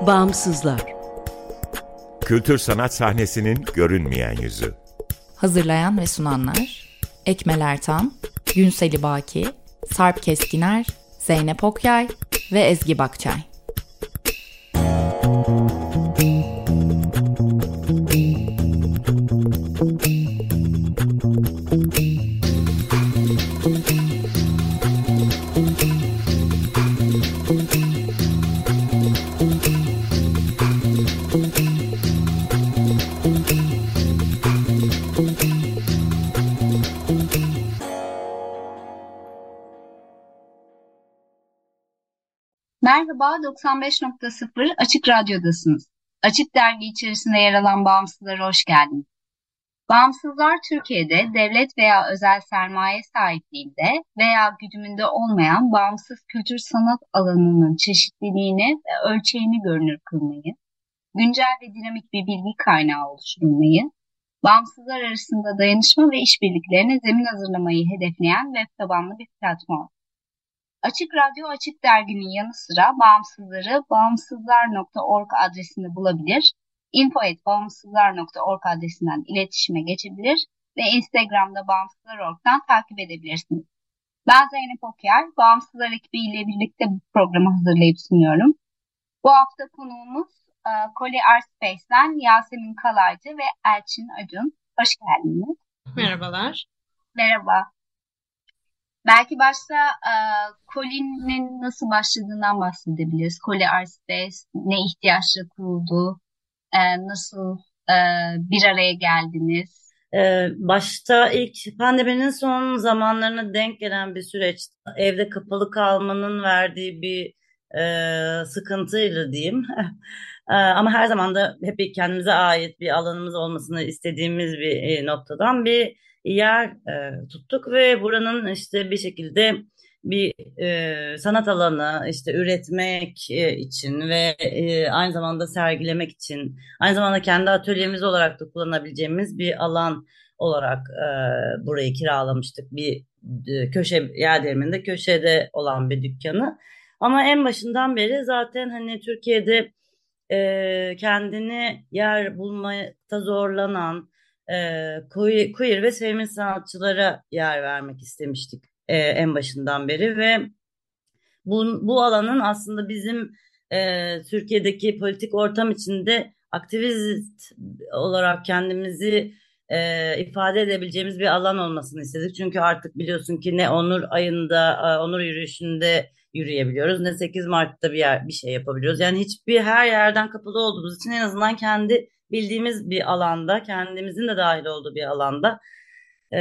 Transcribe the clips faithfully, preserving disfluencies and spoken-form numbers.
Bağımsızlar. Kültür sanat sahnesinin görünmeyen yüzü. Hazırlayan ve sunanlar Ekmel Ertan, Günseli Baki, Sarp Keskiner, Zeynep Okyay ve Ezgi Bakçay. Merhaba, doksan beş nokta sıfır Açık Radyo'dasınız. Açık Dergi içerisinde yer alan Bağımsızlara hoş geldiniz. Bağımsızlar Türkiye'de devlet veya özel sermaye sahipliğinde veya güdümünde olmayan bağımsız kültür sanat alanının çeşitliliğini ve ölçeğini görünür kılmayı, güncel ve dinamik bir bilgi kaynağı oluşturmayı, bağımsızlar arasında dayanışma ve işbirliklerine zemin hazırlamayı hedefleyen web tabanlı bir platform. Açık Radyo, Açık Dergi'nin yanı sıra bağımsızları bağımsızlar nokta org adresinde bulabilir, info at bağımsızlar nokta org adresinden iletişime geçebilir ve Instagram'da bağımsızlar nokta org'dan takip edebilirsiniz. Ben Zeynep Okyay, Bağımsızlar ekibiyle birlikte bu programı hazırlayıp sunuyorum. Bu hafta konuğumuz Koli Art Space'den Yasemin Kalaycı ve Elçin Acun. Hoş geldiniz. Merhabalar. Merhaba. Belki başta e, Koli'nin nasıl başladığından bahsedebiliriz. Koli Art Space ne ihtiyaçla kuruldu, e, nasıl e, bir araya geldiniz? Ee, başta ilk pandeminin son zamanlarına denk gelen bir süreç, evde kapalı kalmanın verdiği bir e, sıkıntıyla diyeyim. e, ama her zaman da hep kendimize ait bir alanımız olmasını istediğimiz bir e, noktadan bir yer e, tuttuk ve buranın işte bir şekilde bir e, sanat alanı işte üretmek e, için ve e, aynı zamanda sergilemek için, aynı zamanda kendi atölyemiz olarak da kullanabileceğimiz bir alan olarak e, burayı kiralamıştık. Bir e, köşe yer değirmeninde köşede olan bir dükkanı. Ama en başından beri zaten hani Türkiye'de e, kendini yer bulmakta zorlanan e, queer ve feminist sanatçılara yer vermek istemiştik e, en başından beri ve bu, bu alanın aslında bizim e, Türkiye'deki politik ortam içinde aktivist olarak kendimizi e, ifade edebileceğimiz bir alan olmasını istedik. Çünkü artık biliyorsun ki ne Onur ayında, e, Onur yürüyüşünde yürüyebiliyoruz, ne sekiz Mart'ta bir yer, bir şey yapabiliyoruz. Yani hiçbir her yerden kapalı olduğumuz için en azından kendi bildiğimiz bir alanda, kendimizin de dahil olduğu bir alanda e,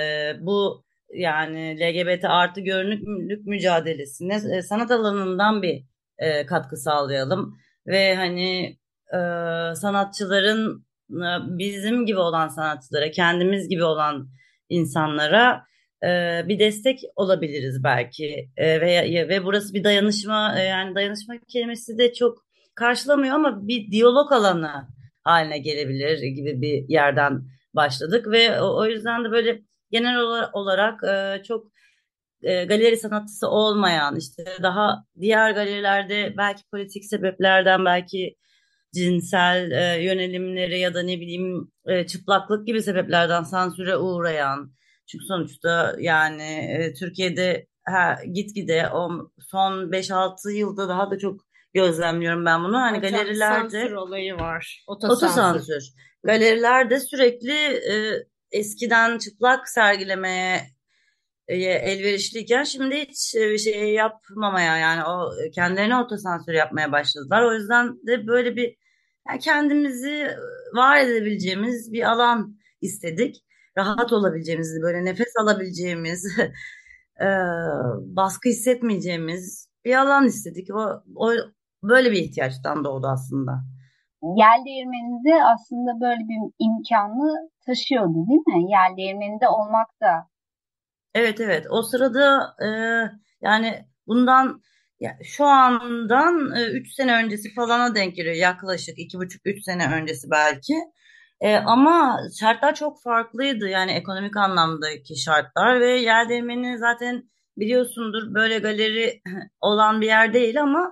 bu yani L G B T artı görünürlük mücadelesine e, sanat alanından bir e, katkı sağlayalım ve hani e, sanatçıların e, bizim gibi olan sanatçılara, kendimiz gibi olan insanlara e, bir destek olabiliriz belki e, ve ve burası bir dayanışma e, yani dayanışma kelimesi de çok karşılamıyor ama bir diyalog alanı haline gelebilir gibi bir yerden başladık ve o, o yüzden de böyle genel olarak e, çok e, galeri sanatçısı olmayan işte daha diğer galerilerde belki politik sebeplerden belki cinsel e, yönelimleri ya da ne bileyim e, çıplaklık gibi sebeplerden sansüre uğrayan çünkü sonuçta yani e, Türkiye'de ha, gitgide o son beş altı yılda daha da çok gözlemliyorum ben bunu. Hani Hocam, galerilerde sansür olayı var. Otosansür. Otosansür. Galerilerde sürekli e, eskiden çıplak sergilemeye e, elverişliyken şimdi hiç e, bir şey yapmamaya yani o kendilerine otosansür yapmaya başladılar. O yüzden de böyle bir yani kendimizi var edebileceğimiz bir alan istedik. Rahat olabileceğimiz, böyle nefes alabileceğimiz, e, baskı hissetmeyeceğimiz bir alan istedik. O, o böyle bir ihtiyaçtan doğdu aslında. Yel değirmeninde aslında böyle bir imkanı taşıyordu değil mi? Yel değirmeninde olmak da. Evet evet o sırada e, yani bundan ya, şu andan üç sene öncesi falana denk geliyor yaklaşık iki buçuk üç sene öncesi belki. E, ama şartlar çok farklıydı yani ekonomik anlamdaki şartlar ve yel değirmeni zaten biliyorsundur böyle galeri olan bir yer değil ama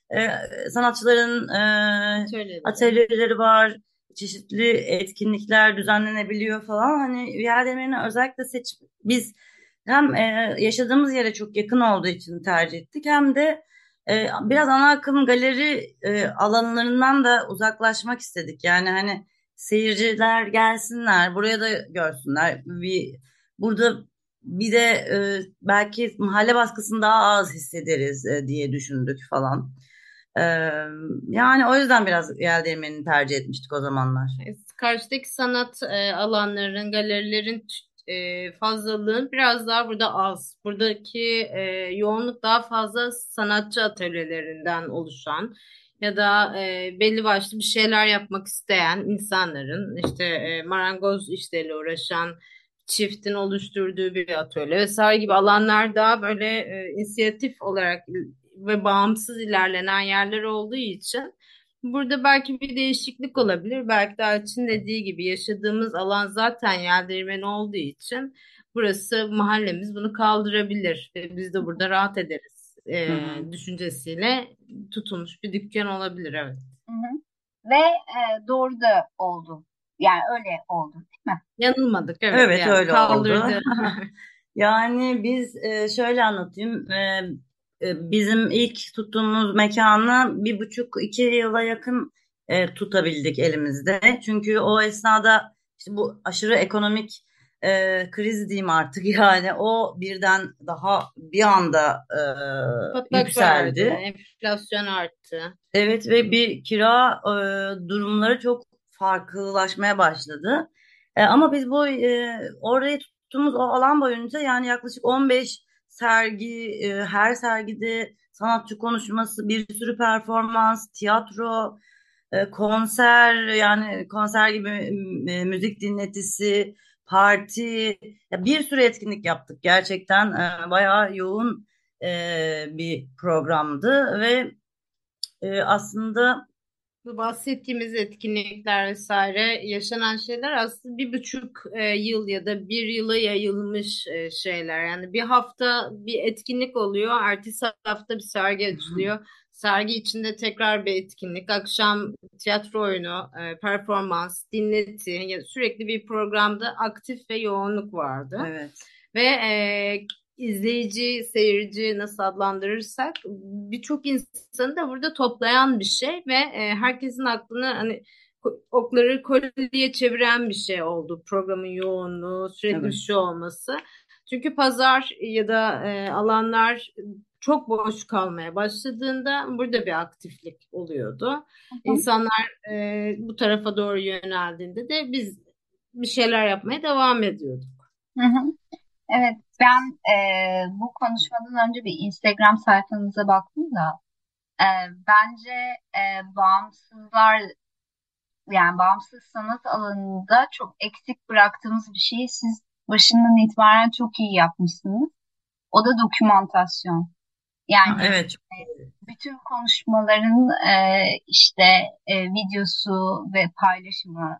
e, sanatçıların e, Atölyeleri. atölyeleri var, çeşitli etkinlikler düzenlenebiliyor falan. Hani yerlerini özellikle seç biz hem e, yaşadığımız yere çok yakın olduğu için tercih ettik, hem de e, biraz ana akım galeri e, alanlarından da uzaklaşmak istedik. Yani hani seyirciler gelsinler, buraya da görsünler. Bir burada bir de e, belki mahalle baskısını daha az hissederiz e, diye düşündük falan. E, Yani o yüzden biraz yer değirmenini tercih etmiştik o zamanlar. Karşıdaki sanat e, alanlarının, galerilerin e, fazlalığın biraz daha burada az. Buradaki e, yoğunluk daha fazla sanatçı atölyelerinden oluşan ya da e, belli başlı bir şeyler yapmak isteyen insanların, işte e, marangoz işleriyle uğraşan çiftin oluşturduğu bir atölye vesaire gibi alanlar daha böyle e, inisiyatif olarak ve bağımsız ilerlenen yerler olduğu için burada belki bir değişiklik olabilir. Belki de Elçin dediği gibi yaşadığımız alan zaten yerleşim olduğu için burası, mahallemiz bunu kaldırabilir ve biz de burada rahat ederiz Hı e, hı. düşüncesiyle tutulmuş bir dükkan olabilir, evet. Hı hı. Ve e, doğru da oldu. Yani öyle oldu, değil mi? Yanılmadık, evet, Evet, yani öyle oldu. kaldırdı. Yani biz e, şöyle anlatayım. E, e, bizim ilk tuttuğumuz mekanı bir buçuk iki yıla yakın e, tutabildik elimizde. Çünkü o esnada işte bu aşırı ekonomik e, kriz diyeyim artık, yani o birden daha bir anda e, Patlak verdi, yükseldi. enflasyon arttı. Evet, ve bir kira e, durumları çok farklılaşmaya başladı. E, ama biz bu e, orayı tuttuğumuz o alan boyunca, yani yaklaşık on beş sergi, e, her sergide sanatçı konuşması, bir sürü performans, tiyatro, e, konser, yani konser gibi e, müzik dinletisi, parti, ya bir sürü etkinlik yaptık. Gerçekten e, bayağı yoğun e, bir programdı ve e, aslında Bu bahsettiğimiz etkinlikler vesaire yaşanan şeyler aslında bir buçuk e, yıl ya da bir yıla yayılmış e, şeyler. Yani bir hafta bir etkinlik oluyor, ertesi hafta bir sergi açılıyor. Sergi içinde tekrar bir etkinlik, akşam tiyatro oyunu, e, performans, dinleti, yani sürekli bir programda aktif ve yoğunluk vardı. evet. Ve e, izleyici, seyirci nasıl adlandırırsak birçok insanı da burada toplayan bir şey ve e, herkesin aklını hani ko- okları kolye çeviren bir şey oldu. Programın yoğunluğu, sürekli bir Evet. şey olması. Çünkü pazar ya da e, alanlar çok boş kalmaya başladığında burada bir aktiflik oluyordu. Hı hı. İnsanlar e, bu tarafa doğru yöneldiğinde de biz bir şeyler yapmaya devam ediyorduk. Hı hı. Evet, ben e, bu konuşmadan önce bir Instagram sayfanıza baktım da e, bence e, bağımsızlar, yani bağımsız sanat alanında çok eksik bıraktığımız bir şeyi siz başından itibaren çok iyi yapmışsınız. O da dokümantasyon. Ha, Yani evet. bütün konuşmaların e, işte e, videosu ve paylaşımı,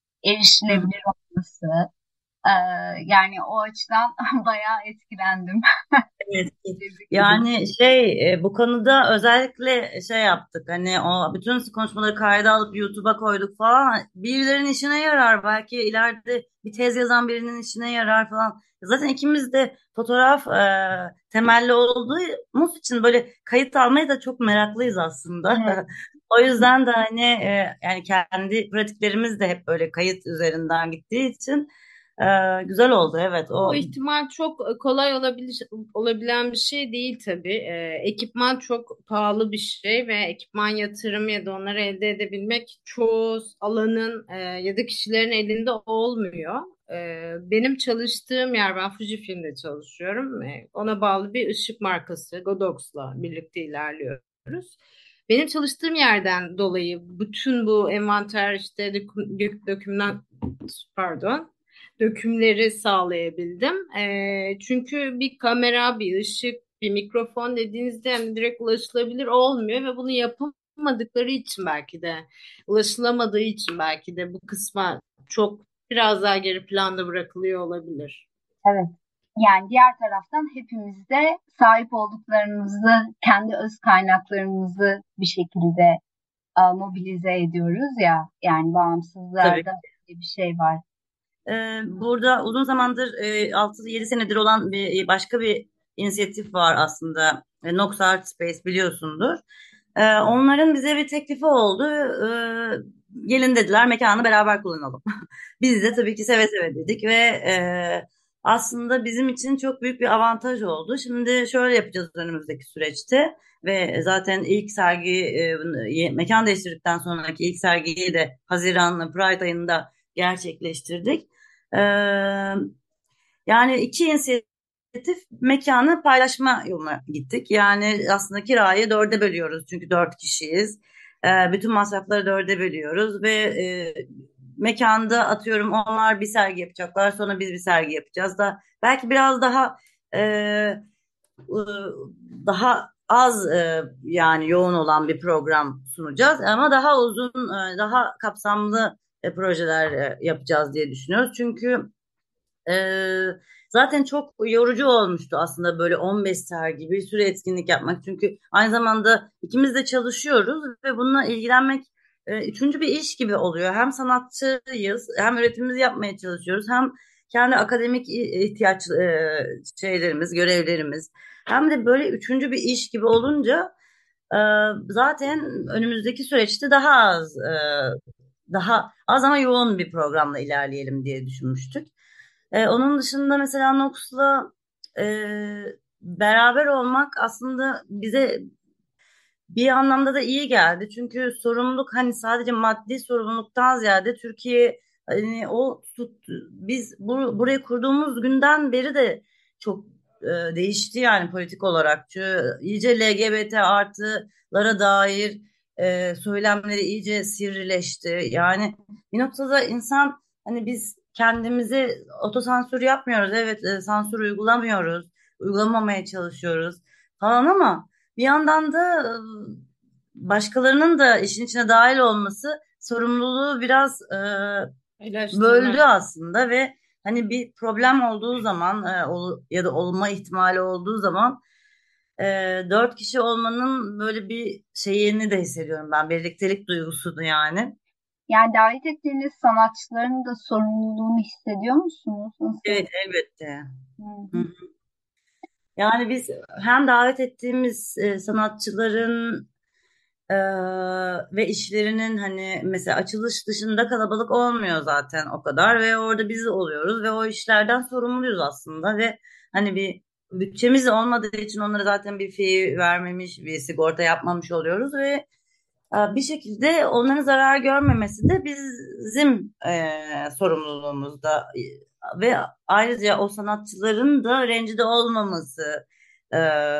Hı hı. erişilebilir olması. e, Yani o açıdan bayağı etkilendim. Evet. Tebrik ederim. Yani şey e, bu konuda özellikle şey yaptık, hani o bütün konuşmaları kayda alıp YouTube'a koyduk falan. Birilerinin işine yarar, belki ileride bir tez yazan birinin işine yarar falan. Zaten ikimiz de fotoğraf e, temelli olduğumuz için böyle kayıt almaya da çok meraklıyız aslında. Evet. O yüzden de hani e, yani kendi pratiklerimiz de hep böyle kayıt üzerinden gittiği için e, güzel oldu, evet. O O ihtimal çok kolay olabilir, olabilen bir şey değil tabii. Ee, ekipman çok pahalı bir şey ve ekipman yatırımı ya da onları elde edebilmek çoğu alanın e, ya da kişilerin elinde olmuyor. Ee, benim çalıştığım yer, ben Fujifilm'de çalışıyorum. Ee, ona bağlı bir ışık markası Godox'la birlikte ilerliyoruz. Benim çalıştığım yerden dolayı bütün bu envanter işte dök- dökümden pardon dökümleri sağlayabildim. Ee, çünkü bir kamera, bir ışık, bir mikrofon dediğinizde yani direkt ulaşılabilir olmuyor ve bunu yapamadıkları için belki de ulaşılamadığı için belki de bu kısma çok biraz daha geri planda bırakılıyor olabilir. Evet. Yani diğer taraftan hepimiz de sahip olduklarımızı, kendi öz kaynaklarımızı bir şekilde e, mobilize ediyoruz ya. Yani Tabii. bağımsızlarda böyle bir şey var. Ee, burada uzun zamandır e, altı yedi senedir olan bir başka bir inisiyatif var aslında. E, Nox Art Space biliyorsundur. Ee, onların bize bir teklifi oldu. Ee, gelin dediler, mekanı beraber kullanalım. Biz de tabii ki seve seve dedik ve e, aslında bizim için çok büyük bir avantaj oldu. Şimdi şöyle yapacağız önümüzdeki süreçte ve zaten ilk sergi e, mekan değiştirdikten sonraki ilk sergiyi de Haziran Pride ayında gerçekleştirdik. Ee, yani iki inisiyatif mekanı paylaşma yoluna gittik. Yani aslında kirayı dörde bölüyoruz çünkü dört kişiyiz. Ee, bütün masrafları dörde bölüyoruz ve e, mekanda atıyorum onlar bir sergi yapacaklar, sonra biz bir sergi yapacağız da belki biraz daha e, daha az e, yani yoğun olan bir program sunacağız ama daha uzun, e, daha kapsamlı e, projeler e, yapacağız diye düşünüyoruz. Çünkü e, zaten çok yorucu olmuştu aslında böyle on beş sergi bir sürü etkinlik yapmak. Çünkü aynı zamanda ikimiz de çalışıyoruz ve bununla ilgilenmek e, üçüncü bir iş gibi oluyor. Hem sanatçıyız, hem üretimimizi yapmaya çalışıyoruz, hem kendi akademik ihtiyaç e, şeylerimiz, görevlerimiz, hem de böyle üçüncü bir iş gibi olunca e, zaten önümüzdeki süreçte daha az e, daha az ama yoğun bir programla ilerleyelim diye düşünmüştük. E, onun dışında mesela Nox'la e, beraber olmak aslında bize bir anlamda da iyi geldi. Çünkü sorumluluk hani sadece maddi sorumluluktan ziyade Türkiye hani o tut, biz bu, burayı kurduğumuz günden beri de çok e, değişti yani politik olarak. Çünkü iyice L G B T artılara dair e, söylemleri iyice sivrileşti. Yani bir noktada insan hani biz kendimizi otosansür yapmıyoruz. Evet, e, sansür uygulamıyoruz. Uygulamamaya çalışıyoruz falan ama bir yandan da e, başkalarının da işin içine dahil olması sorumluluğu biraz e, böldü Eleştirme. aslında ve hani bir problem olduğu zaman e, ol- ya da olma ihtimali olduğu zaman e, dört kişi olmanın böyle bir şeyini de hissediyorum ben. Birliktelik duygusunu yani. Yani davet ettiğiniz sanatçıların da sorumluluğunu hissediyor musunuz? Nasıl? Evet, elbette. Hı Hı. hı. Yani biz hem davet ettiğimiz e, sanatçıların Ee, ve işlerinin hani mesela açılış dışında kalabalık olmuyor zaten o kadar ve orada biz oluyoruz ve o işlerden sorumluyuz aslında ve hani bir bütçemiz olmadığı için onlara zaten bir fee vermemiş, bir sigorta yapmamış oluyoruz ve e, bir şekilde onların zarar görmemesi de bizim e, sorumluluğumuzda ve ayrıca o sanatçıların da rencide olmaması e,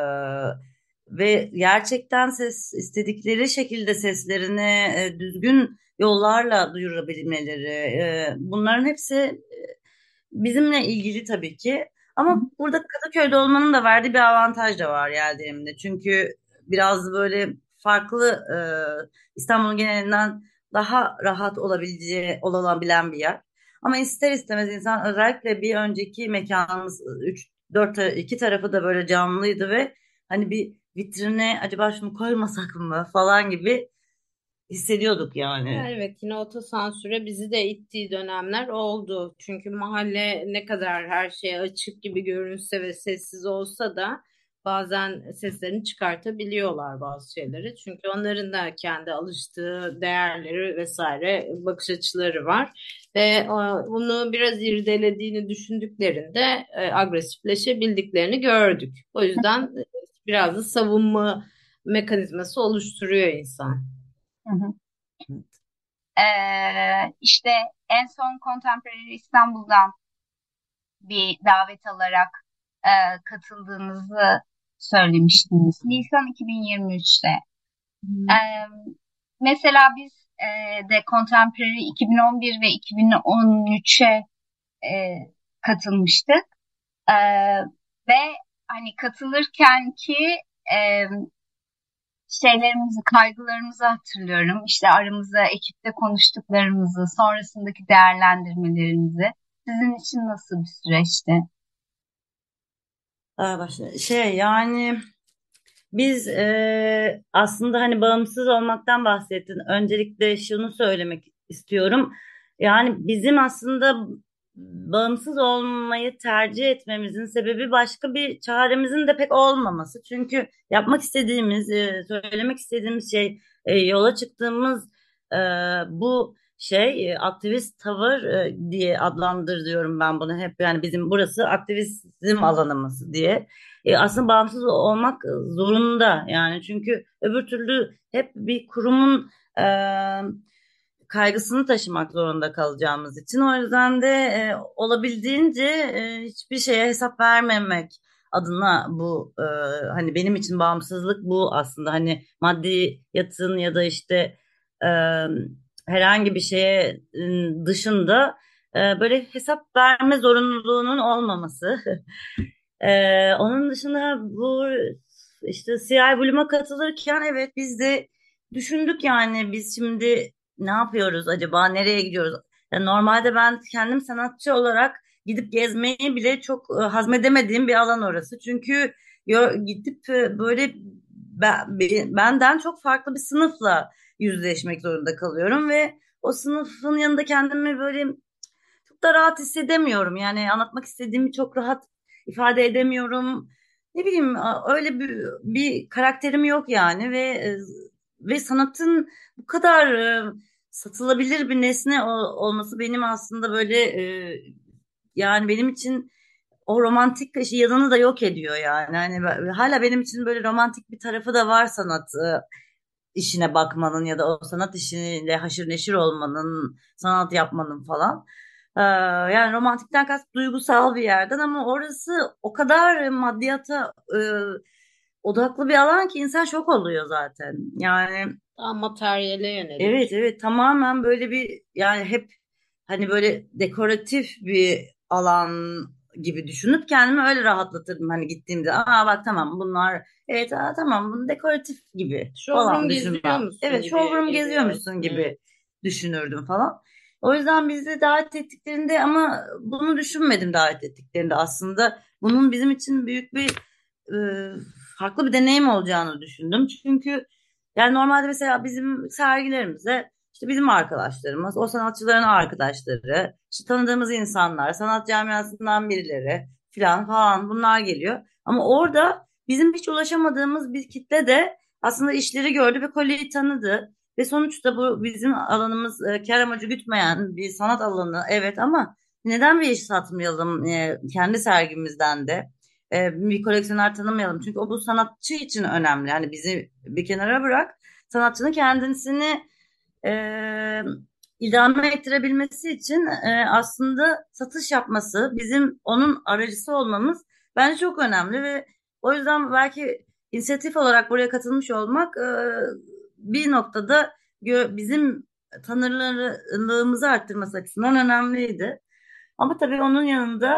ve gerçekten ses istedikleri şekilde seslerini e, düzgün yollarla duyurabilmeleri, e, bunların hepsi e, bizimle ilgili tabii ki. Ama burada Kadıköy'de olmanın da verdiği bir avantaj da var Yelden'imde. Çünkü biraz böyle farklı, e, İstanbul'un genelinden daha rahat olabileceği, olabilen bir yer. Ama ister istemez insan özellikle bir önceki mekanımız üç dört iki tarafı da böyle canlıydı ve hani bir vitrine acaba şunu koymasak mı falan gibi hissediyorduk Ya yani. evet, yine otosansüre bizi de ittiği dönemler oldu. Çünkü mahalle ne kadar her şeye açık gibi görünse ve sessiz olsa da bazen seslerini çıkartabiliyorlar bazı şeyleri. Çünkü onların da kendi alıştığı değerleri vesaire bakış açıları var. Ve e, bunu biraz irdelediğini düşündüklerinde e, agresifleşebildiklerini gördük. O yüzden e, biraz da savunma mekanizması oluşturuyor insan. Hı hı. Ee, işte en son Contemporary İstanbul'dan bir davet alarak e, katıldığınızı söylemiştiniz. Nisan iki bin yirmi üçte. Ee, mesela biz e, de Contemporary iki bin on bir ve iki bin on üçe e, katılmıştık. Ee, ve hani katılırken ki e, şeylerimizi, kaygılarımızı hatırlıyorum. İşte aramızda ekipte konuştuklarımızı, sonrasındaki değerlendirmelerimizi. Sizin için nasıl bir süreçti? Aa, başla. Şey yani biz e, aslında hani bağımsız olmaktan bahsettin. Öncelikle şunu söylemek istiyorum. Yani bizim aslında bağımsız olmayı tercih etmemizin sebebi başka bir çaremizin de pek olmaması. Çünkü yapmak istediğimiz, e, söylemek istediğimiz şey, e, yola çıktığımız e, bu şey, e, aktivist tavır e, diye adlandırıyorum ben bunu hep. Yani bizim burası aktivizm alanımız diye. E, aslında bağımsız olmak zorunda yani, çünkü öbür türlü hep bir kurumun e, kaygısını taşımak zorunda kalacağımız için, o yüzden de e, olabildiğince e, hiçbir şeye hesap vermemek adına bu, e, hani benim için bağımsızlık bu aslında, hani maddiyatın ya da işte e, herhangi bir şeye e, dışında e, böyle hesap verme zorunluluğunun olmaması. Ee, onun dışında bu işte C I Bloom'a katılırken evet biz de düşündük, yani biz şimdi ne yapıyoruz acaba, nereye gidiyoruz? Yani normalde ben kendim sanatçı olarak gidip gezmeyi bile çok e, hazmedemediğim bir alan orası. Çünkü yo- gidip e, böyle ben- be- benden çok farklı bir sınıfla yüzleşmek zorunda kalıyorum ve o sınıfın yanında kendimi böyle çok da rahat hissedemiyorum. Yani anlatmak istediğimi çok rahat ifade edemiyorum. Ne bileyim, öyle bir, bir karakterim yok yani, ve e, ve sanatın bu kadar e, satılabilir bir nesne ol- olması benim aslında böyle, e, yani benim için o romantik şey yanını da yok ediyor yani. Hani ben- hala benim için böyle romantik bir tarafı da var sanat e, işine bakmanın ya da o sanat işiyle haşır neşir olmanın, sanat yapmanın falan. Ee, yani romantikten kast duygusal bir yerden, ama orası o kadar maddiyata e, odaklı bir alan ki insan şok oluyor zaten. Yani Daha materyale evet, yönelik. evet, tamamen böyle bir, yani hep hani böyle dekoratif bir alan gibi düşünüp kendimi öyle rahatlatırdım hani gittiğimde. Aa bak, tamam bunlar, evet, aa, tamam bunu dekoratif gibi falan Showroom geziyor düşünmem. musun Evet, gibi showroom geliyor. geziyormuşsun Hmm. gibi düşünürdüm falan. O yüzden bizi davet ettiklerinde, ama bunu düşünmedim davet ettiklerinde aslında. Bunun bizim için büyük bir e, farklı bir deneyim olacağını düşündüm. Çünkü yani normalde mesela bizim sergilerimize işte bizim arkadaşlarımız, o sanatçıların arkadaşları, işte tanıdığımız insanlar, sanat camiasından birileri falan falan bunlar geliyor. Ama orada bizim hiç ulaşamadığımız bir kitle de aslında işleri gördü ve kolyeyi tanıdı. Ve sonuçta bu bizim alanımız, e, kar amacı gütmeyen bir sanat alanı, evet, ama neden bir iş satmayalım e, kendi sergimizden de? E, bir koleksiyoner tanımayalım. Çünkü o bu sanatçı için önemli. Yani bizi bir kenara bırak, sanatçının kendisini e, idame ettirebilmesi için e, aslında satış yapması, bizim onun aracısı olmamız bence çok önemli. Ve o yüzden belki inisiyatif olarak buraya katılmış olmak e, bir noktada gö- bizim tanınırlığımızı arttırması açısından önemliydi. Ama tabii onun yanında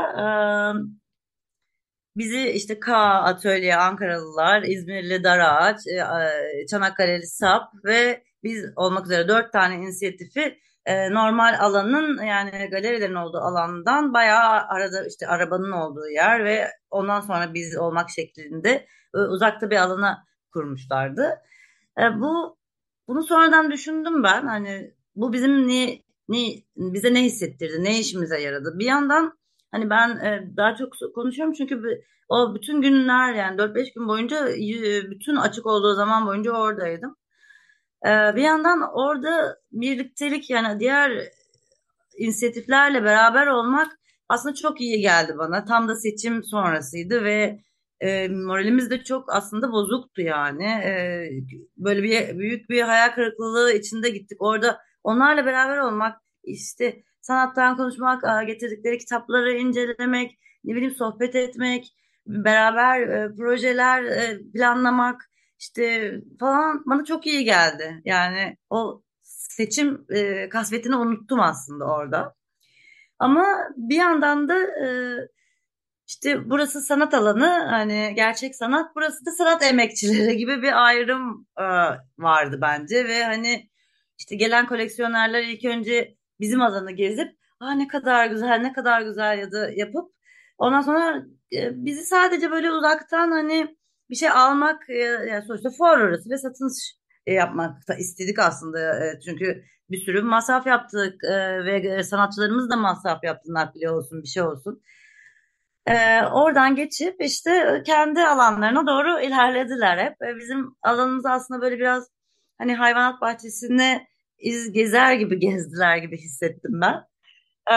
bizi işte K Atölye Ankaralılar, İzmirli Darağaç, e, e, Çanakkale'li Sap ve biz olmak üzere dört tane inisiyatifi e, normal alanın, yani galerilerin olduğu alandan bayağı arada, işte arabanın olduğu yer ve ondan sonra biz olmak şeklinde e, uzakta bir alana kurmuşlardı. E, bu bunu sonradan düşündüm ben. Hani bu bizim ne, ne bize ne hissettirdi, ne işimize yaradı. Bir yandan hani ben e, daha çok konuşuyorum çünkü bu- o bütün günler, yani dört beş gün boyunca y- bütün açık olduğu zaman boyunca oradaydım. E, bir yandan orada birliktelik, yani diğer inisiyatiflerle beraber olmak aslında çok iyi geldi bana. Tam da seçim sonrasıydı ve e, moralimiz de çok aslında bozuktu yani. E, böyle bir büyük bir hayal kırıklığı içinde gittik. Orada onlarla beraber olmak, işte sanattan konuşmak, e, getirdikleri kitapları incelemek, ne bileyim sohbet etmek, beraber e, projeler e, planlamak işte falan bana çok iyi geldi. Yani o seçim e, kasvetini unuttum aslında orada. Ama bir yandan da e, işte burası sanat alanı, hani gerçek sanat, burası da sanat emekçileri gibi bir ayrım e, vardı bence. Ve hani işte gelen koleksiyonerler ilk önce bizim alanı gezip, aa ne kadar güzel, ne kadar güzel ya da yapıp ondan sonra e, bizi sadece böyle uzaktan hani bir şey almak, e, yani sonuçta fuar orası ve satış e, yapmak da istedik aslında. E, çünkü bir sürü masraf yaptık e, ve sanatçılarımız da masraf yaptı, nakliye olsun bir şey olsun. E, oradan geçip işte kendi alanlarına doğru ilerlediler hep. E, bizim alanımız aslında böyle biraz hani hayvanat bahçesine iz gezer gibi gezdiler gibi hissettim ben. E,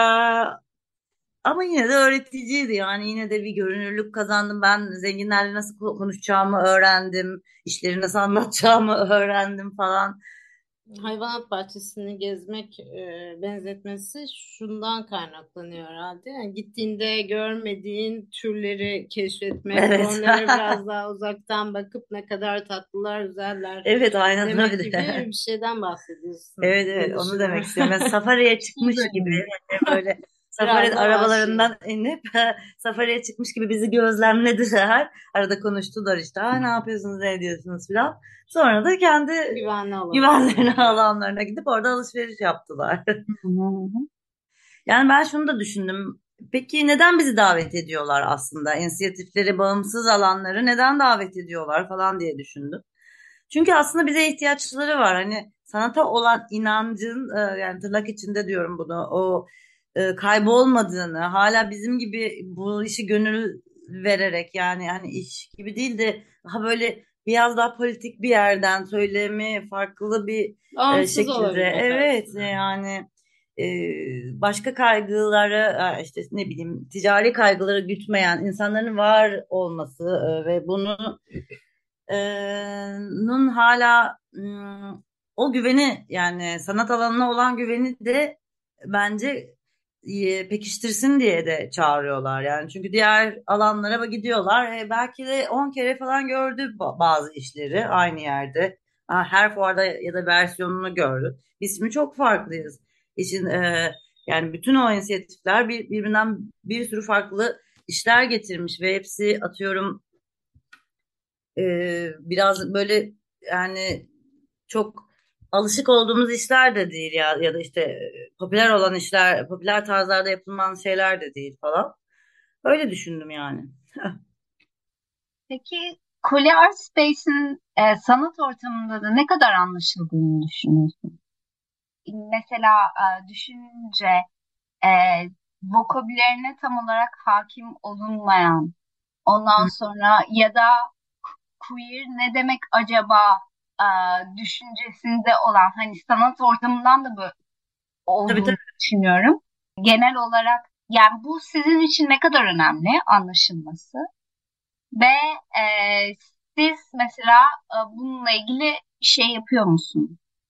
Ama yine de öğreticiydi, yani yine de bir görünürlük kazandım. Ben zenginlerle nasıl ko- konuşacağımı öğrendim, işleri nasıl anlatacağımı öğrendim falan. Hayvanat bahçesini gezmek e, benzetmesi şundan kaynaklanıyor herhalde. Yani gittiğinde görmediğin türleri keşfetmek ve Evet. onlara biraz daha uzaktan bakıp ne kadar tatlılar, güzeller Evet, aynen demek gibi öyle. bir şeyden bahsediyorsun Evet, diye evet, onu demek düşünüyorum. istiyorum. Ben safariye çıkmış gibi, Güzel. hani böyle Biraz safari da vahşi. arabalarından inip safariye çıkmış gibi bizi gözlemlediler. Arada konuştular işte. Ha, ne yapıyorsunuz, ne ediyorsunuz falan. Sonra da kendi Güvenli güvenlerine alanlarına. alanlarına gidip orada alışveriş yaptılar. Hı hı. Yani ben şunu da düşündüm. Peki neden bizi davet ediyorlar aslında? İnisiyatifleri, bağımsız alanları neden davet ediyorlar falan diye düşündüm. Çünkü aslında bize ihtiyaçları var. Hani sanata olan inancın, e, yani tırnak içinde diyorum bunu, o e, kaybolmadığını, hala bizim gibi bu işi gönül vererek, yani hani iş gibi değil de daha böyle biraz daha politik bir yerden söylemi farklı bir e, Bağımsız şekilde, olabilmek evet aslında. yani e, başka kaygıları, e, işte ne bileyim, ticari kaygıları gütmeyen insanların var olması e, ve bunu e, nun hala mm, o güveni, yani sanat alanına olan güveni de bence e, pekiştirsin diye de çağırıyorlar. Yani çünkü diğer alanlara gidiyorlar. E, belki de on kere falan gördü ba- bazı işleri aynı yerde. Ha, her fuarda ya da versiyonunu gördü. Biz şimdi çok farklıyız. İşin e, yani bütün o inisiyatifler bir, birbirinden bir sürü farklı işler getirmiş ve hepsi, atıyorum, ee, biraz böyle, yani çok alışık olduğumuz işler de değil ya, ya da işte e, popüler olan işler, popüler tarzlarda yapılan şeyler de değil falan. Öyle düşündüm yani. Peki Collier Art Space'in e, sanat ortamında da ne kadar anlaşıldığını düşünüyorsun? Mesela e, düşününce e, vokabülerine tam olarak hakim olunmayan, ondan sonra ya da queer ne demek acaba e, düşüncesinde olan hani sanat ortamından da böyle Tabii, tabii. olduğunu düşünüyorum. Genel olarak yani bu sizin için ne kadar önemli anlaşılması ve e, siz mesela e, bununla ilgili bir şey yapıyor musunuz?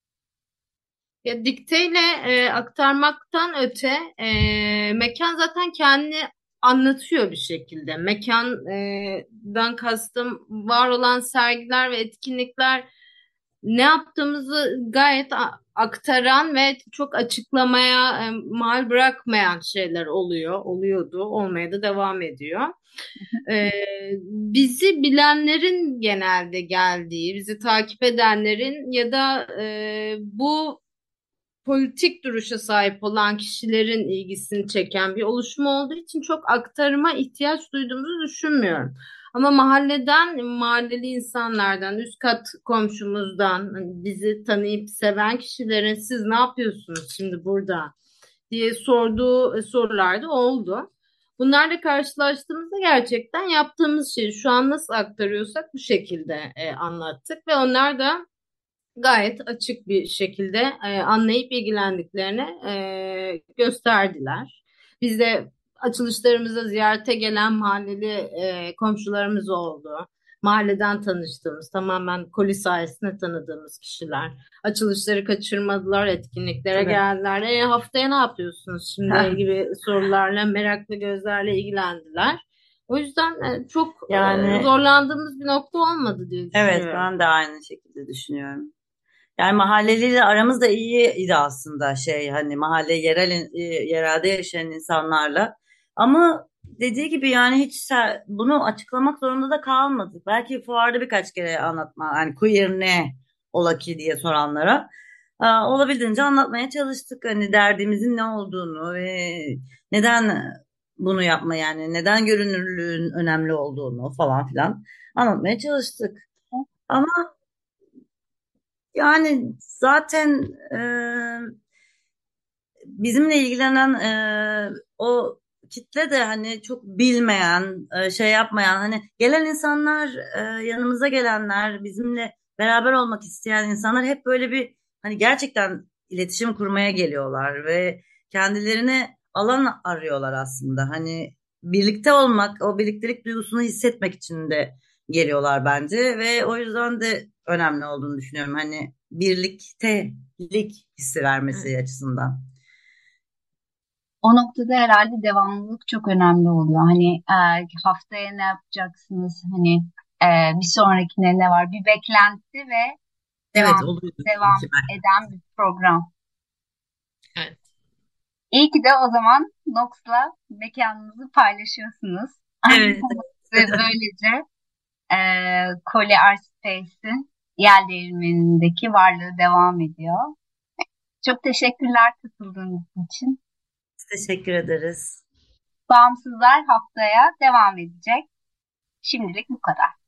Ya dikteyle e, aktarmaktan öte e, mekan zaten kendini anlatıyor bir şekilde. Mekandan kastım var olan sergiler ve etkinlikler ne yaptığımızı gayet a- aktaran ve çok açıklamaya e, mal bırakmayan şeyler oluyor, oluyordu, olmaya da devam ediyor. E, Bizi bilenlerin genelde geldiği, bizi takip edenlerin ya da e, bu politik duruşa sahip olan kişilerin ilgisini çeken bir oluşum olduğu için çok aktarıma ihtiyaç duyduğumuzu düşünmüyorum. Ama mahalleden, mahalleli insanlardan, üst kat komşumuzdan hani bizi tanıyıp seven kişilerin siz ne yapıyorsunuz şimdi burada diye sorduğu sorular da oldu. Bunlarla karşılaştığımızda gerçekten yaptığımız şeyi şu an nasıl aktarıyorsak bu şekilde e, anlattık ve onlar da gayet açık bir şekilde e, anlayıp ilgilendiklerini e, gösterdiler. Biz de açılışlarımıza ziyarete gelen mahalleli e, komşularımız oldu. Mahalleden tanıştığımız, tamamen Koli sayesinde tanıdığımız kişiler. Açılışları kaçırmadılar, etkinliklere Tabii. geldiler. E, haftaya ne yapıyorsunuz şimdi gibi sorularla, meraklı gözlerle ilgilendiler. O yüzden e, çok e, Yani zorlandığımız bir nokta olmadı diye evet, düşünüyorum. ben de aynı şekilde düşünüyorum. Yani mahalleliyle aramız da iyiydi aslında, şey, hani mahalle yerel e, yerelde yaşayan insanlarla. Ama dediği gibi yani hiç se- bunu açıklamak zorunda da kalmadık. Belki fuarda birkaç kere anlatma, hani queer ne ola ki diye soranlara aa, olabildiğince anlatmaya çalıştık. Hani derdimizin ne olduğunu ve neden bunu yapma yani neden görünürlüğün önemli olduğunu falan filan anlatmaya çalıştık. Ama yani zaten e, bizimle ilgilenen e, o kitle de hani çok bilmeyen, e, şey yapmayan, hani gelen insanlar, e, yanımıza gelenler, bizimle beraber olmak isteyen insanlar hep böyle bir hani gerçekten iletişim kurmaya geliyorlar ve kendilerine alan arıyorlar aslında. Hani birlikte olmak, o birliktelik duygusunu hissetmek için de geliyorlar bence ve o yüzden de önemli olduğunu düşünüyorum. Hani birliktelik hissi vermesi açısından. O noktada herhalde devamlılık çok önemli oluyor. Hani e, haftaya ne yapacaksınız? Hani e, bir sonrakine ne var? Bir beklenti ve Evet, devam oluyor devam ki eden bir program. Evet. İyi ki de o zaman Nox'la mekanınızı paylaşıyorsunuz. evet. Ve böylece e, Koli Art Space'in Yel Değirmeni'ndeki varlığı devam ediyor. Çok teşekkürler katıldığınız için. Teşekkür ederiz. Bağımsızlar haftaya devam edecek. Şimdilik bu kadar.